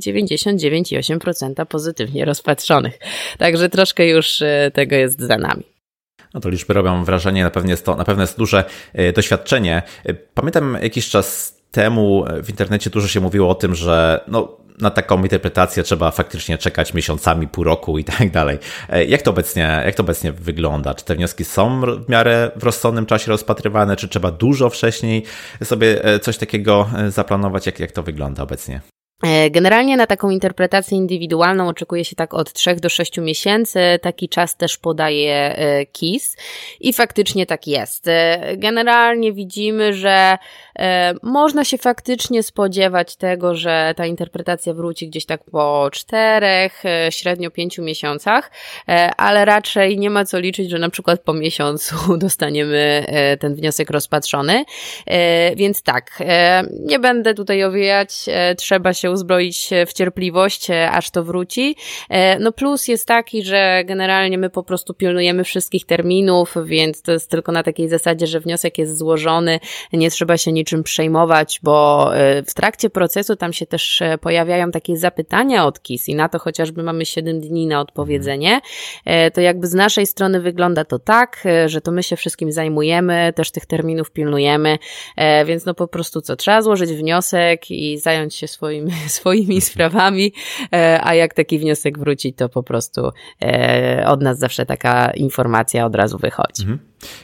99,8% pozytywnie rozpatrzonych. Także troszkę już tego jest za nami. No to liczby robią wrażenie, na pewno jest duże doświadczenie. Pamiętam jakiś czas temu w internecie dużo się mówiło o tym, że na taką interpretację trzeba faktycznie czekać miesiącami, pół roku i tak dalej. Jak to obecnie wygląda? Czy te wnioski są w miarę w rozsądnym czasie rozpatrywane, czy trzeba dużo wcześniej sobie coś takiego zaplanować? Jak to wygląda obecnie? Generalnie na taką interpretację indywidualną oczekuje się tak od 3 do 6 miesięcy. Taki czas też podaje KIS i faktycznie tak jest. Generalnie widzimy, że można się faktycznie spodziewać tego, że ta interpretacja wróci gdzieś tak po 4, średnio 5 miesiącach, ale raczej nie ma co liczyć, że na przykład po miesiącu dostaniemy ten wniosek rozpatrzony. Więc tak, nie będę tutaj owijać, trzeba się uzbroić w cierpliwość, aż to wróci. No plus jest taki, że generalnie my po prostu pilnujemy wszystkich terminów, więc to jest tylko na takiej zasadzie, że wniosek jest złożony, nie trzeba się niczym przejmować, bo w trakcie procesu tam się też pojawiają takie zapytania od KIS i na to chociażby mamy 7 dni na odpowiedzenie. To jakby z naszej strony wygląda to tak, że to my się wszystkim zajmujemy, też tych terminów pilnujemy, więc po prostu trzeba złożyć wniosek i zająć się swoimi sprawami, a jak taki wniosek wróci, to po prostu od nas zawsze taka informacja od razu wychodzi.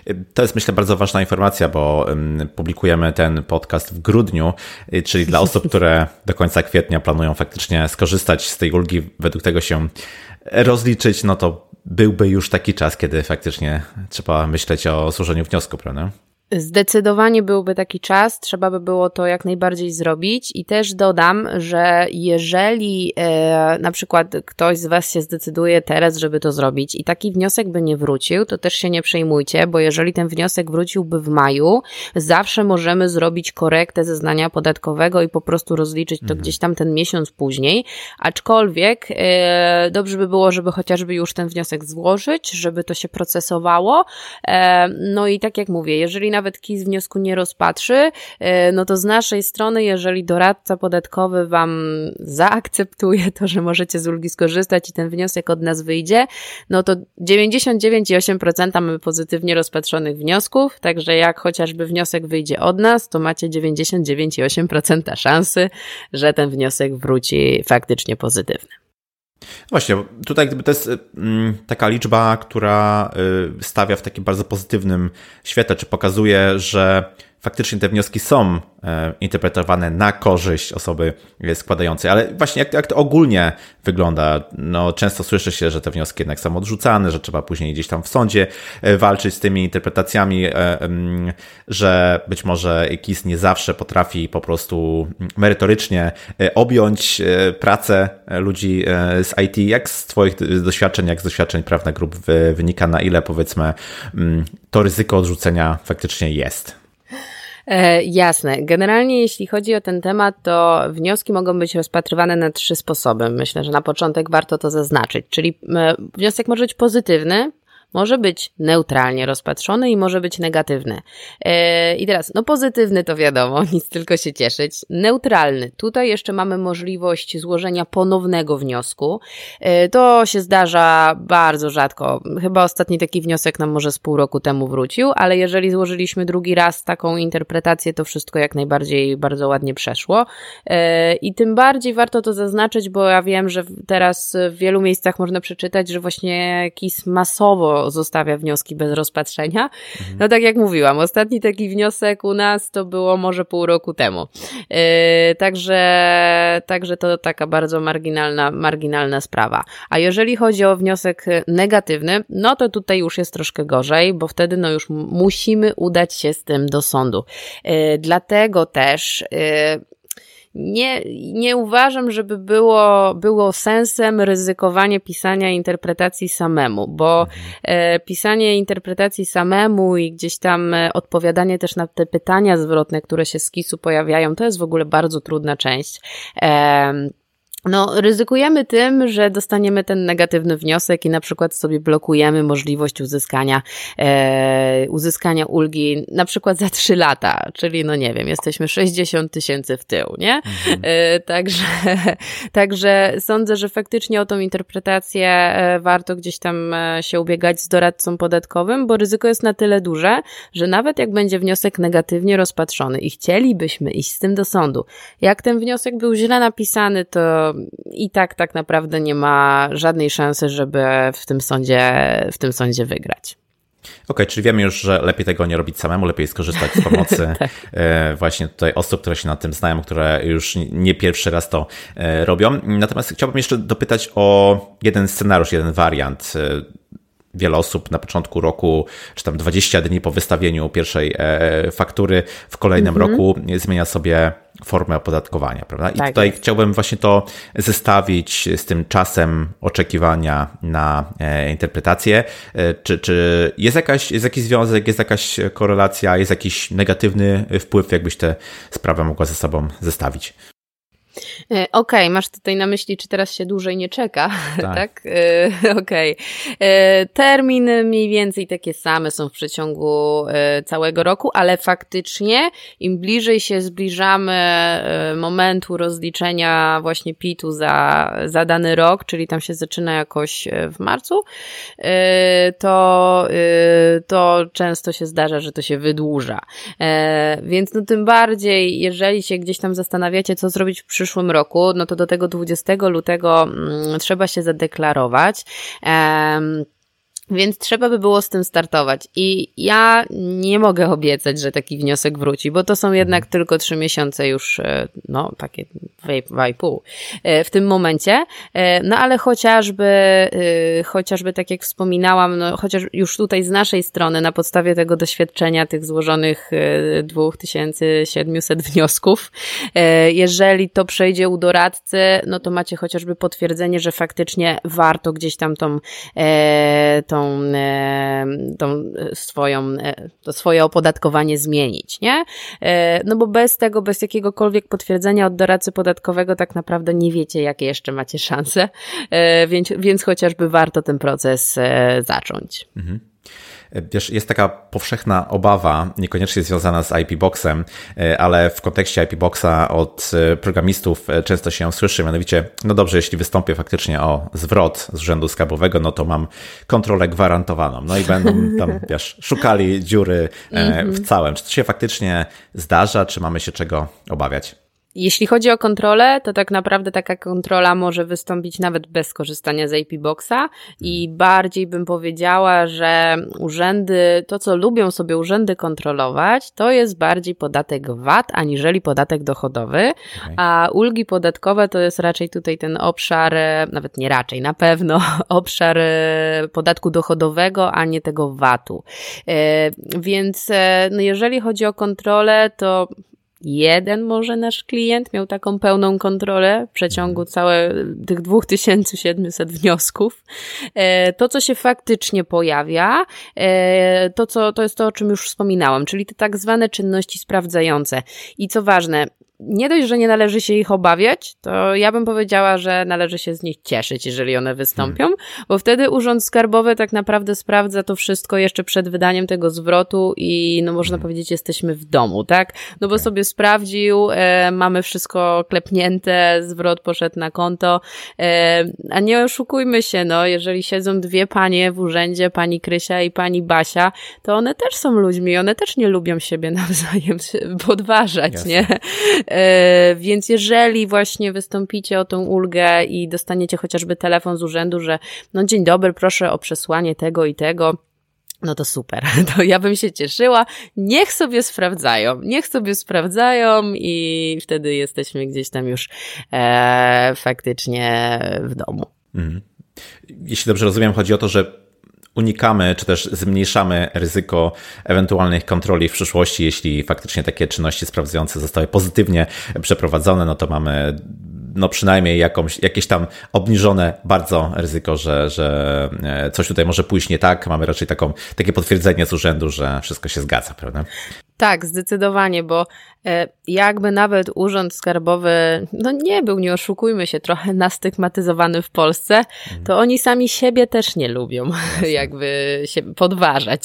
To jest, myślę, bardzo ważna informacja, bo publikujemy ten podcast w grudniu, czyli dla osób, które do końca kwietnia planują faktycznie skorzystać z tej ulgi, według tego się rozliczyć, no to byłby już taki czas, kiedy faktycznie trzeba myśleć o złożeniu wniosku, prawda? Zdecydowanie byłby taki czas, trzeba by było to jak najbardziej zrobić i też dodam, że jeżeli na przykład ktoś z Was się zdecyduje teraz, żeby to zrobić i taki wniosek by nie wrócił, to też się nie przejmujcie, bo jeżeli ten wniosek wróciłby w maju, zawsze możemy zrobić korektę zeznania podatkowego i po prostu rozliczyć to gdzieś tam ten miesiąc później, aczkolwiek dobrze by było, żeby chociażby już ten wniosek złożyć, żeby to się procesowało, no i tak jak mówię, jeżeli nawet KIS wniosku nie rozpatrzy, no to z naszej strony, jeżeli doradca podatkowy Wam zaakceptuje to, że możecie z ulgi skorzystać i ten wniosek od nas wyjdzie, no to 99,8% mamy pozytywnie rozpatrzonych wniosków, także jak chociażby wniosek wyjdzie od nas, to macie 99,8% szansy, że ten wniosek wróci faktycznie pozytywny. Właśnie, tutaj gdyby to jest taka liczba, która stawia w takim bardzo pozytywnym świetle, czy pokazuje, że faktycznie te wnioski są interpretowane na korzyść osoby składającej. Ale właśnie jak to ogólnie wygląda? No, często słyszy się, że te wnioski jednak są odrzucane, że trzeba później gdzieś tam w sądzie walczyć z tymi interpretacjami, że być może KIS nie zawsze potrafi po prostu merytorycznie objąć pracę ludzi z IT. Jak z Twoich doświadczeń, jak z doświadczeń prawnych grup wynika, na ile powiedzmy to ryzyko odrzucenia faktycznie jest? Jasne. Generalnie jeśli chodzi o ten temat, to wnioski mogą być rozpatrywane na 3 sposoby. Myślę, że na początek warto to zaznaczyć. Czyli wniosek może być pozytywny, może być neutralnie rozpatrzony i może być negatywny. I teraz, no pozytywny to wiadomo, nic tylko się cieszyć. Neutralny. Tutaj jeszcze mamy możliwość złożenia ponownego wniosku. To się zdarza bardzo rzadko. Chyba ostatni taki wniosek nam może z pół roku temu wrócił, ale jeżeli złożyliśmy drugi raz taką interpretację, to wszystko jak najbardziej bardzo ładnie przeszło. I tym bardziej warto to zaznaczyć, bo ja wiem, że teraz w wielu miejscach można przeczytać, że właśnie KIS masowo zostawia wnioski bez rozpatrzenia. No tak jak mówiłam, ostatni taki wniosek u nas to było może pół roku temu. Także to taka bardzo marginalna sprawa. A jeżeli chodzi o wniosek negatywny, no to tutaj już jest troszkę gorzej, bo wtedy no już musimy udać się z tym do sądu. Dlatego też nie uważam, żeby było sensem ryzykowanie pisania interpretacji samemu, bo pisanie interpretacji samemu i gdzieś tam odpowiadanie też na te pytania zwrotne, które się z KIS-u pojawiają, to jest w ogóle bardzo trudna część. No, ryzykujemy tym, że dostaniemy ten negatywny wniosek i na przykład sobie blokujemy możliwość uzyskania ulgi na przykład za 3 lata, czyli no nie wiem, jesteśmy 60 000 w tył, nie? Także sądzę, że faktycznie o tą interpretację warto gdzieś tam się ubiegać z doradcą podatkowym, bo ryzyko jest na tyle duże, że nawet jak będzie wniosek negatywnie rozpatrzony i chcielibyśmy iść z tym do sądu, jak ten wniosek był źle napisany, to i tak naprawdę nie ma żadnej szansy, żeby w tym sądzie wygrać. Okej, czyli wiemy już, że lepiej tego nie robić samemu, lepiej skorzystać z pomocy tak. Właśnie tutaj osób, które się na tym znają, które już nie pierwszy raz to robią. Natomiast chciałbym jeszcze dopytać o jeden scenariusz, jeden wariant. Wiele osób na początku roku, czy tam 20 dni po wystawieniu pierwszej faktury w kolejnym roku zmienia sobie formę opodatkowania, prawda? I tak tutaj jest. Chciałbym właśnie to zestawić z tym czasem oczekiwania na interpretację. Czy jest jakiś związek, jest jakaś korelacja, jest jakiś negatywny wpływ, jakbyś tę sprawę mogła ze sobą zestawić? Okej, masz tutaj na myśli, czy teraz się dłużej nie czeka, tak? Okej. Terminy mniej więcej takie same są w przeciągu całego roku, ale faktycznie im bliżej się zbliżamy momentu rozliczenia właśnie PIT-u za dany rok, czyli tam się zaczyna jakoś w marcu, to często się zdarza, że to się wydłuża. Więc no tym bardziej, jeżeli się gdzieś tam zastanawiacie, co zrobić w przyszłym roku, no to do tego 20 lutego trzeba się zadeklarować. Więc trzeba by było z tym startować i ja nie mogę obiecać, że taki wniosek wróci, bo to są jednak tylko 3 miesiące już, no takie 2,5 w tym momencie, no ale chociażby tak jak wspominałam, no chociaż już tutaj z naszej strony na podstawie tego doświadczenia tych złożonych 2700 wniosków, jeżeli to przejdzie u doradcy, no to macie chociażby potwierdzenie, że faktycznie warto gdzieś tam to swoje opodatkowanie zmienić, nie? No bo bez tego, bez jakiegokolwiek potwierdzenia od doradcy podatkowego tak naprawdę nie wiecie, jakie jeszcze macie szanse, więc chociażby warto ten proces zacząć. Mhm. Wiesz, jest taka powszechna obawa, niekoniecznie związana z IP Boxem, ale w kontekście IP Boxa od programistów często się słyszy, mianowicie, no dobrze, jeśli wystąpię faktycznie o zwrot z Urzędu Skarbowego, no to mam kontrolę gwarantowaną. No i będą tam, wiesz, szukali dziury w całym. Czy to się faktycznie zdarza, czy mamy się czego obawiać? Jeśli chodzi o kontrolę, to tak naprawdę taka kontrola może wystąpić nawet bez korzystania z IP Boxa i bardziej bym powiedziała, że urzędy, to co lubią sobie urzędy kontrolować, to jest bardziej podatek VAT, aniżeli podatek dochodowy, a ulgi podatkowe to jest raczej tutaj ten obszar, nawet nie raczej, na pewno obszar podatku dochodowego, a nie tego VAT-u. Więc no jeżeli chodzi o kontrolę, to jeden może nasz klient miał taką pełną kontrolę w przeciągu tych 2700 wniosków. To, co się faktycznie pojawia, to jest to, o czym już wspominałam, czyli te tak zwane czynności sprawdzające. I co ważne, nie dość, że nie należy się ich obawiać, to ja bym powiedziała, że należy się z nich cieszyć, jeżeli one wystąpią, bo wtedy Urząd Skarbowy tak naprawdę sprawdza to wszystko jeszcze przed wydaniem tego zwrotu i no można powiedzieć, jesteśmy w domu, tak? No bo sobie sprawdził, mamy wszystko klepnięte, zwrot poszedł na konto, a nie oszukujmy się, no jeżeli siedzą dwie panie w urzędzie, pani Krysia i pani Basia, to one też są ludźmi, one też nie lubią siebie nawzajem podważać, Jasne. Nie? Więc jeżeli właśnie wystąpicie o tą ulgę i dostaniecie chociażby telefon z urzędu, że no dzień dobry, proszę o przesłanie tego i tego, no to super, to ja bym się cieszyła. Niech sobie sprawdzają i wtedy jesteśmy gdzieś tam już faktycznie w domu. Jeśli dobrze rozumiem, chodzi o to, że unikamy, czy też zmniejszamy ryzyko ewentualnych kontroli w przyszłości, jeśli faktycznie takie czynności sprawdzające zostały pozytywnie przeprowadzone, no to mamy no przynajmniej jakieś tam obniżone bardzo ryzyko, że coś tutaj może pójść nie tak. Mamy raczej takie potwierdzenie z urzędu, że wszystko się zgadza, prawda? Tak, zdecydowanie, bo jakby nawet Urząd Skarbowy, no nie oszukujmy się, trochę nastygmatyzowany w Polsce, to oni sami siebie też nie lubią jakby się podważać.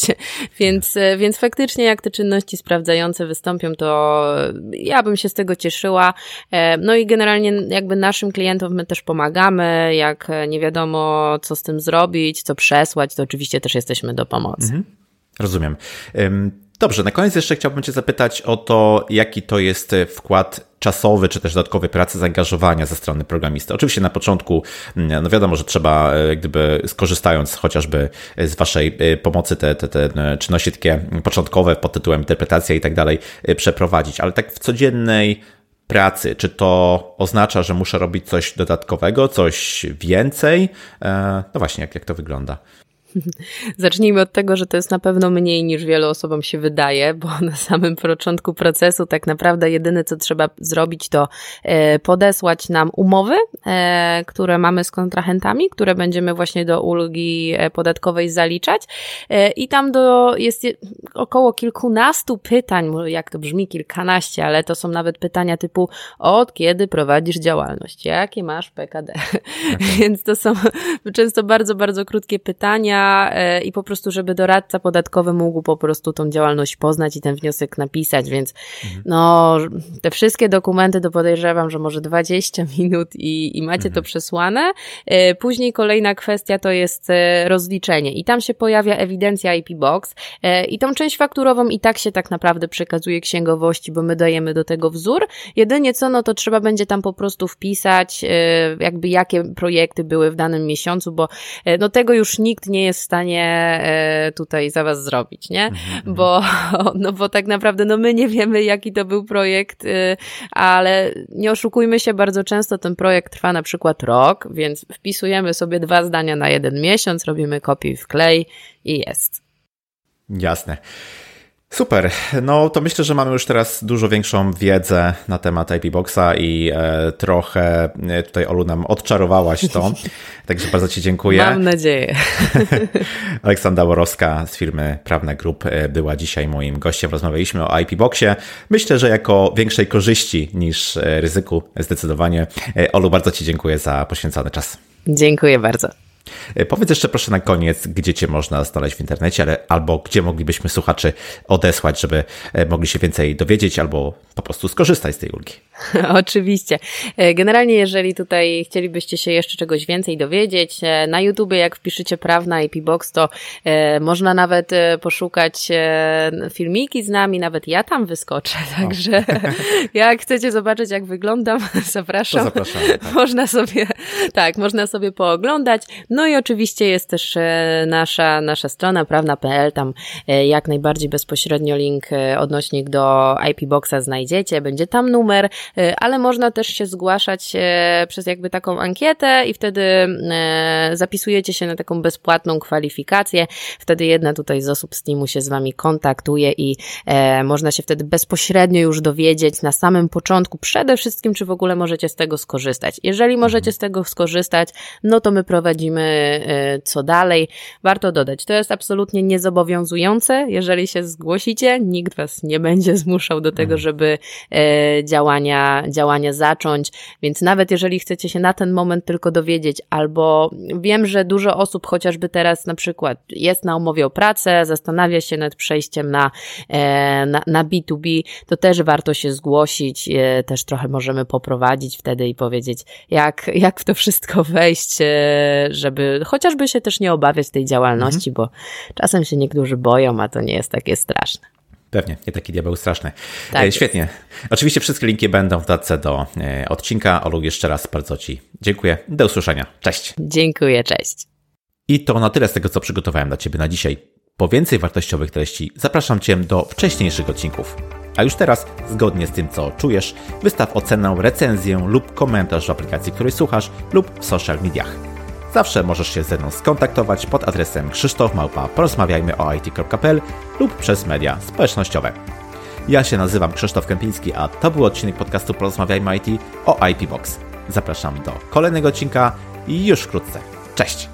Więc faktycznie jak te czynności sprawdzające wystąpią, to ja bym się z tego cieszyła. No i generalnie jakby naszym klientom my też pomagamy, jak nie wiadomo co z tym zrobić, co przesłać, to oczywiście też jesteśmy do pomocy. Rozumiem. Dobrze, na koniec jeszcze chciałbym Cię zapytać o to, jaki to jest wkład czasowy, czy też dodatkowej pracy, zaangażowania ze strony programisty. Oczywiście na początku, no wiadomo, że trzeba gdyby skorzystając chociażby z Waszej pomocy te czynności takie początkowe pod tytułem interpretacja i tak dalej przeprowadzić, ale tak w codziennej pracy, czy to oznacza, że muszę robić coś dodatkowego, coś więcej? No właśnie, jak to wygląda? Zacznijmy od tego, że to jest na pewno mniej niż wielu osobom się wydaje, bo na samym początku procesu tak naprawdę jedyne co trzeba zrobić to podesłać nam umowy, które mamy z kontrahentami, które będziemy właśnie do ulgi podatkowej zaliczać i tam jest około kilkunastu pytań, jak to brzmi kilkanaście, ale to są nawet pytania typu od kiedy prowadzisz działalność, jakie masz PKD, więc to są często bardzo, bardzo krótkie pytania i po prostu, żeby doradca podatkowy mógł po prostu tą działalność poznać i ten wniosek napisać, więc no te wszystkie dokumenty to podejrzewam, że może 20 minut i macie to przesłane. Później kolejna kwestia to jest rozliczenie i tam się pojawia ewidencja IP Box i tą część fakturową i tak się tak naprawdę przekazuje księgowości, bo my dajemy do tego wzór. Jedynie co, no to trzeba będzie tam po prostu wpisać jakby jakie projekty były w danym miesiącu, bo no tego już nikt nie jest jest w stanie tutaj za was zrobić, nie? Bo tak naprawdę my nie wiemy, jaki to był projekt, ale nie oszukujmy się, bardzo często ten projekt trwa na przykład rok, więc wpisujemy sobie 2 zdania na 1 miesiąc, robimy kopiuj wklej i jest. Jasne. Super, to myślę, że mamy już teraz dużo większą wiedzę na temat IP Boxa i trochę tutaj, Olu, nam odczarowałaś to, także bardzo ci dziękuję. Mam nadzieję. Aleksandra Borowska z firmy Prawne Group była dzisiaj moim gościem, rozmawialiśmy o IP Boxie. Myślę, że jako większej korzyści niż ryzyku zdecydowanie. Olu, bardzo ci dziękuję za poświęcony czas. Dziękuję bardzo. Powiedz jeszcze proszę na koniec, gdzie cię można znaleźć w internecie, albo gdzie moglibyśmy słuchaczy odesłać, żeby mogli się więcej dowiedzieć, albo po prostu skorzystać z tej ulgi. Oczywiście. Generalnie, jeżeli tutaj chcielibyście się jeszcze czegoś więcej dowiedzieć, na YouTubie jak wpiszecie Prawna IP Box, to można nawet poszukać filmiki z nami, nawet ja tam wyskoczę, także jak chcecie zobaczyć, jak wyglądam, zapraszam. To zapraszamy, tak. Można sobie pooglądać. No i oczywiście jest też nasza strona prawna.pl, tam jak najbardziej bezpośrednio link, odnośnik do IP Boxa znajdziecie, będzie tam numer, ale można też się zgłaszać przez jakby taką ankietę i wtedy zapisujecie się na taką bezpłatną kwalifikację, wtedy jedna tutaj z osób z teamu się z wami kontaktuje i można się wtedy bezpośrednio już dowiedzieć na samym początku przede wszystkim, czy w ogóle możecie z tego skorzystać. Jeżeli możecie z tego skorzystać, no to my prowadzimy co dalej. Warto dodać, to jest absolutnie niezobowiązujące, jeżeli się zgłosicie, nikt was nie będzie zmuszał do tego, żeby działania zacząć, więc nawet jeżeli chcecie się na ten moment tylko dowiedzieć, albo wiem, że dużo osób chociażby teraz na przykład jest na umowie o pracę, zastanawia się nad przejściem na B2B, to też warto się zgłosić, też trochę możemy poprowadzić wtedy i powiedzieć, jak w to wszystko wejść, żeby chociażby się też nie obawiać tej działalności, bo czasem się niektórzy boją, a to nie jest takie straszne. Pewnie, nie taki diabeł straszny. Tak świetnie. jest. Oczywiście wszystkie linki będą w dodatce do odcinka. Olu, jeszcze raz bardzo ci dziękuję. Do usłyszenia. Cześć. Dziękuję, cześć. I to na tyle z tego, co przygotowałem dla ciebie na dzisiaj. Po więcej wartościowych treści zapraszam cię do wcześniejszych odcinków. A już teraz, zgodnie z tym, co czujesz, wystaw ocenę, recenzję lub komentarz w aplikacji, której słuchasz, lub w social mediach. Zawsze możesz się ze mną skontaktować pod adresem krzysztof@porozmawiajmyoit.pl lub przez media społecznościowe. Ja się nazywam Krzysztof Kępiński, a to był odcinek podcastu Porozmawiajmy o IT o IP Box. Zapraszam do kolejnego odcinka i już wkrótce. Cześć!